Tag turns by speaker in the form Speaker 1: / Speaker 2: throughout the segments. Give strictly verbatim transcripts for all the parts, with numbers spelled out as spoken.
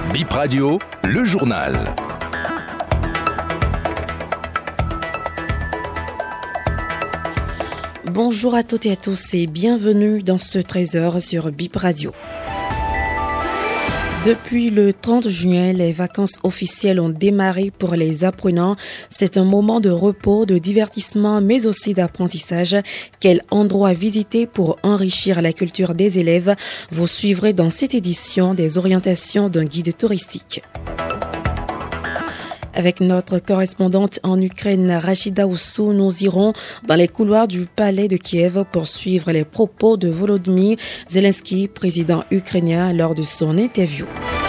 Speaker 1: Bip Radio, le journal.
Speaker 2: Bonjour à toutes et à tous et bienvenue dans ce treize heures sur Bip Radio. Depuis le trente juin, les vacances officielles ont démarré pour les apprenants. C'est un moment de repos, de divertissement, mais aussi d'apprentissage. Quel endroit visiter pour enrichir la culture des élèves? Vous suivrez dans cette édition des orientations d'un guide touristique. Avec notre correspondante en Ukraine, Rachida Oussou, nous irons dans les couloirs du palais de Kiev pour suivre les propos de Volodymyr Zelensky, président ukrainien, lors de son interview.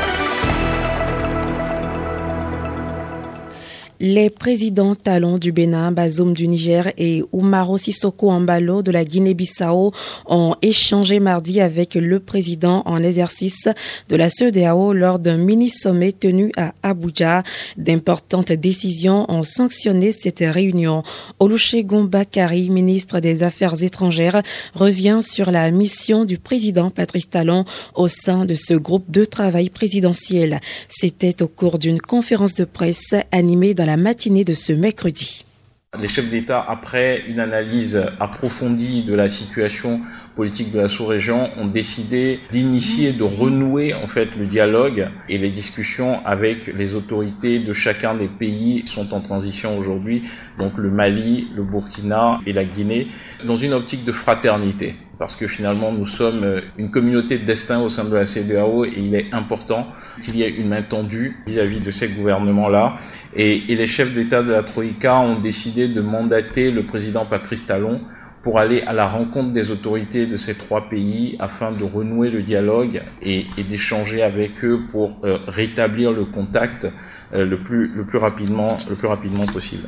Speaker 2: Les présidents Talon du Bénin, Bazoum du Niger et Umaro Sissoko Embalo de la Guinée-Bissau ont échangé mardi avec le président en exercice de la C E D E A O lors d'un mini-sommet tenu à Abuja. D'importantes décisions ont sanctionné cette réunion. Olusegun Bakari, ministre des Affaires étrangères, revient sur la mission du président Patrice Talon au sein de ce groupe de travail présidentiel. C'était au cours d'une conférence de presse animée dans la matinée de ce mercredi.
Speaker 3: Les chefs d'État, après une analyse approfondie de la situation politique de la sous-région, ont décidé d'initier, de renouer en fait le dialogue et les discussions avec les autorités de chacun des pays qui sont en transition aujourd'hui, donc le Mali, le Burkina et la Guinée, dans une optique de fraternité. Parce que finalement, nous sommes une communauté de destin au sein de la C E D E A O et il est important qu'il y ait une main tendue vis-à-vis de ces gouvernements-là. Et, et les chefs d'État de la Troïka ont décidé de mandater le président Patrice Talon pour aller à la rencontre des autorités de ces trois pays afin de renouer le dialogue et, et d'échanger avec eux pour euh, rétablir le contact euh, le plus, le plus rapidement, le plus rapidement possible.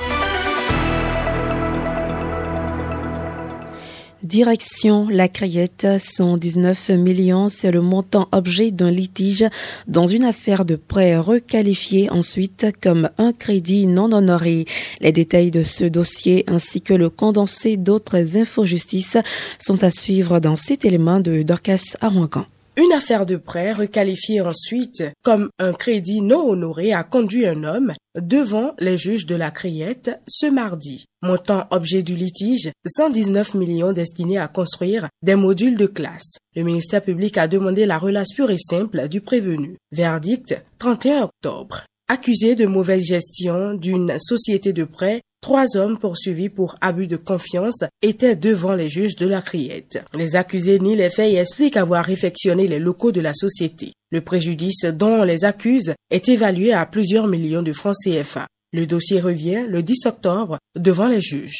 Speaker 2: Direction La Crayette, cent dix-neuf millions, c'est le montant objet d'un litige dans une affaire de prêt requalifié ensuite comme un crédit non honoré. Les détails de ce dossier ainsi que le condensé d'autres infojustices sont à suivre dans cet élément de Dorcas Arouangan.
Speaker 4: Une affaire de prêt requalifiée ensuite comme un crédit non honoré a conduit un homme devant les juges de La Crayette ce mardi. Montant objet du litige, cent dix-neuf millions destinés à construire des modules de classe. Le ministère public a demandé la relace pure et simple du prévenu. Verdict, trente et un octobre. Accusé de mauvaise gestion d'une société de prêt, trois hommes poursuivis pour abus de confiance étaient devant les juges de La Crayette. Les accusés nient les faits et expliquent avoir réfectionné les locaux de la société. Le préjudice dont on les accuse est évalué à plusieurs millions de francs C F A. Le dossier revient le dix octobre devant les juges.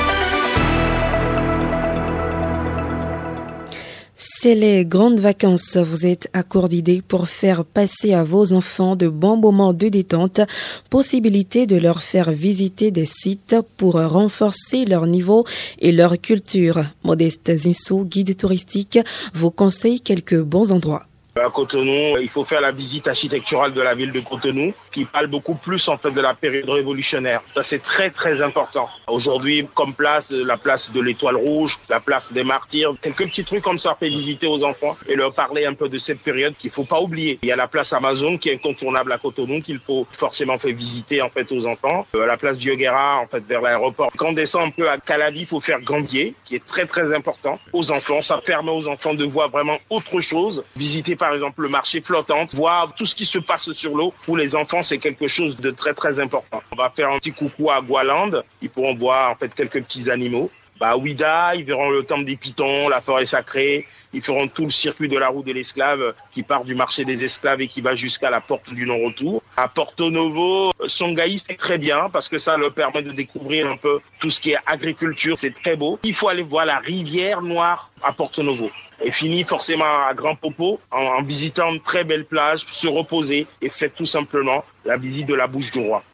Speaker 2: C'est les grandes vacances. Vous êtes à court d'idées pour faire passer à vos enfants de bons moments de détente. Possibilité de leur faire visiter des sites pour renforcer leur niveau et leur culture. Modeste Zinsou, guide touristique, vous conseille quelques bons endroits.
Speaker 5: À Cotonou, il faut faire la visite architecturale de la ville de Cotonou, qui parle beaucoup plus en fait de la période révolutionnaire. Ça, c'est très très important. Aujourd'hui, comme place, la place de l'Étoile Rouge, la place des Martyrs, quelques petits trucs comme ça, fait visiter aux enfants et leur parler un peu de cette période qu'il faut pas oublier. Il y a la place Amazon qui est incontournable à Cotonou, qu'il faut forcément faire visiter en fait aux enfants. Euh, la place Dieu-Guerra, en fait, vers l'aéroport. Quand on descend un peu à Calavi, il faut faire Gambier, qui est très très important aux enfants. Ça permet aux enfants de voir vraiment autre chose. Visiter par exemple le marché flottant, voir tout ce qui se passe sur l'eau. Pour les enfants, c'est quelque chose de très très important. On va faire un petit coucou à Gualand. Ils pourront voir en fait quelques petits animaux. Bah, à Ouida, ils verront le temple des Pitons, la forêt sacrée. Ils feront tout le circuit de la roue de l'esclave qui part du marché des esclaves et qui va jusqu'à la porte du non-retour. À Porto Novo, Songaï, c'est très bien parce que ça leur permet de découvrir un peu tout ce qui est agriculture. C'est très beau. Il faut aller voir la rivière Noire à Porto Novo. Et fini forcément à Grand Popo en, en visitant une très belle plage, se reposer et faire tout simplement la visite de la Bouche du Roi.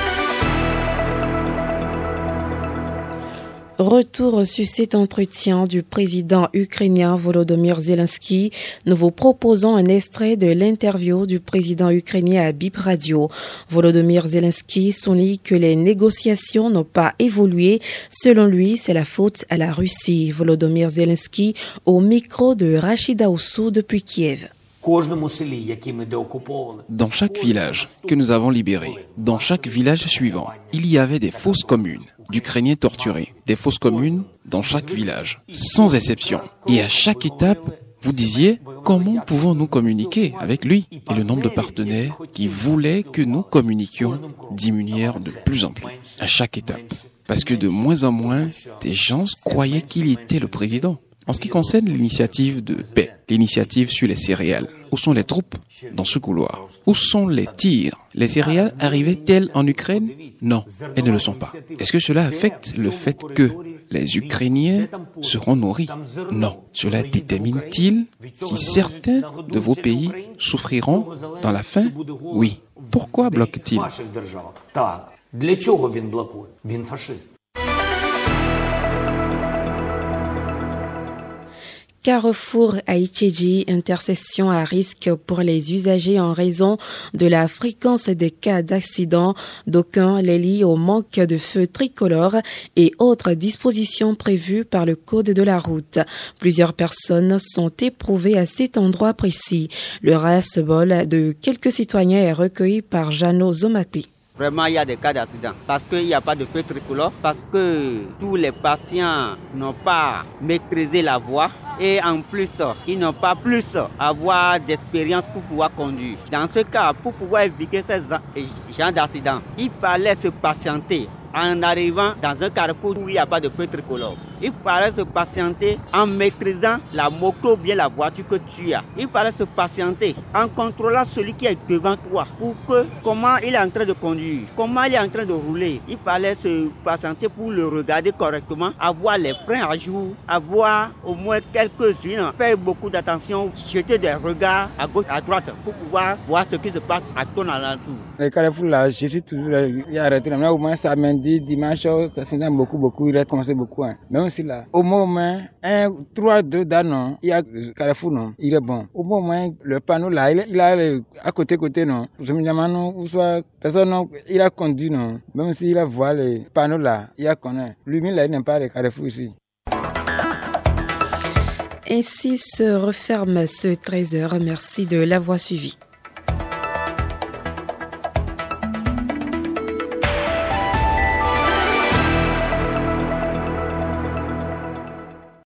Speaker 2: Retour sur cet entretien du président ukrainien Volodymyr Zelensky. Nous vous proposons un extrait de l'interview du président ukrainien à Bip Radio. Volodymyr Zelensky souligne que les négociations n'ont pas évolué. Selon lui, c'est la faute à la Russie. Volodymyr Zelensky au micro de Rachida Oussou depuis Kiev.
Speaker 6: Dans chaque village que nous avons libéré, dans chaque village suivant, il y avait des fosses communes d'Ukrainiens torturés, des fosses communes dans chaque village, sans exception. Et à chaque étape, vous disiez, comment pouvons-nous communiquer avec lui? Et le nombre de partenaires qui voulaient que nous communiquions diminuèrent de plus en plus, à chaque étape. Parce que de moins en moins, des gens croyaient qu'il était le président. En ce qui concerne l'initiative de paix, l'initiative sur les céréales, où sont les troupes dans ce couloir? Où sont les tirs? Les céréales arrivaient-elles en Ukraine? Non, elles ne le sont pas. Est-ce que cela affecte le fait que les Ukrainiens seront nourris? Non. Cela détermine-t-il si certains de vos pays souffriront dans la faim? Oui. Pourquoi bloque-t-il?
Speaker 2: Carrefour à Itchédji, intersection à risque pour les usagers en raison de la fréquence des cas d'accidents. D'aucuns les lient au manque de feux tricolores et autres dispositions prévues par le code de la route. Plusieurs personnes sont éprouvées à cet endroit précis. Le ras-bol de quelques citoyens est recueilli par Jeannot Zomapi.
Speaker 7: Vraiment, il y a des cas d'accident parce qu'il n'y a pas de feu tricolore, parce que tous les patients n'ont pas maîtrisé la voie et en plus, ils n'ont pas plus à avoir d'expérience pour pouvoir conduire. Dans ce cas, pour pouvoir éviter ces gens d'accident, il fallait se patienter en arrivant dans un carrefour où il n'y a pas de feu tricolore. Il fallait se patienter en maîtrisant la moto ou bien la voiture que tu as. Il fallait se patienter en contrôlant celui qui est devant toi pour que comment il est en train de conduire, comment il est en train de rouler. Il fallait se patienter pour le regarder correctement, avoir les freins à jour, avoir au moins quelques-unes, faire beaucoup d'attention, jeter des regards à gauche, à droite pour pouvoir voir ce qui se passe à ton alentour.
Speaker 8: Le carrefour là, je suis toujours arrêté. Au moins samedi, dimanche, ça beaucoup, beaucoup, il a commencé beaucoup. Hein. Même si là, au moment, un, trois, deux dames, il y a le carrefour, non, il est bon. Au moment, le panneau là, il, il a à côté, côté, non. Je me demande, non, ou soit, personne, non, il a conduit, non. Même s'il a vu le panneau là, il a connu. Lui, là, il n'aime pas le carrefour ici.
Speaker 2: Ainsi se referme ce treize heures. Merci de l'avoir suivi.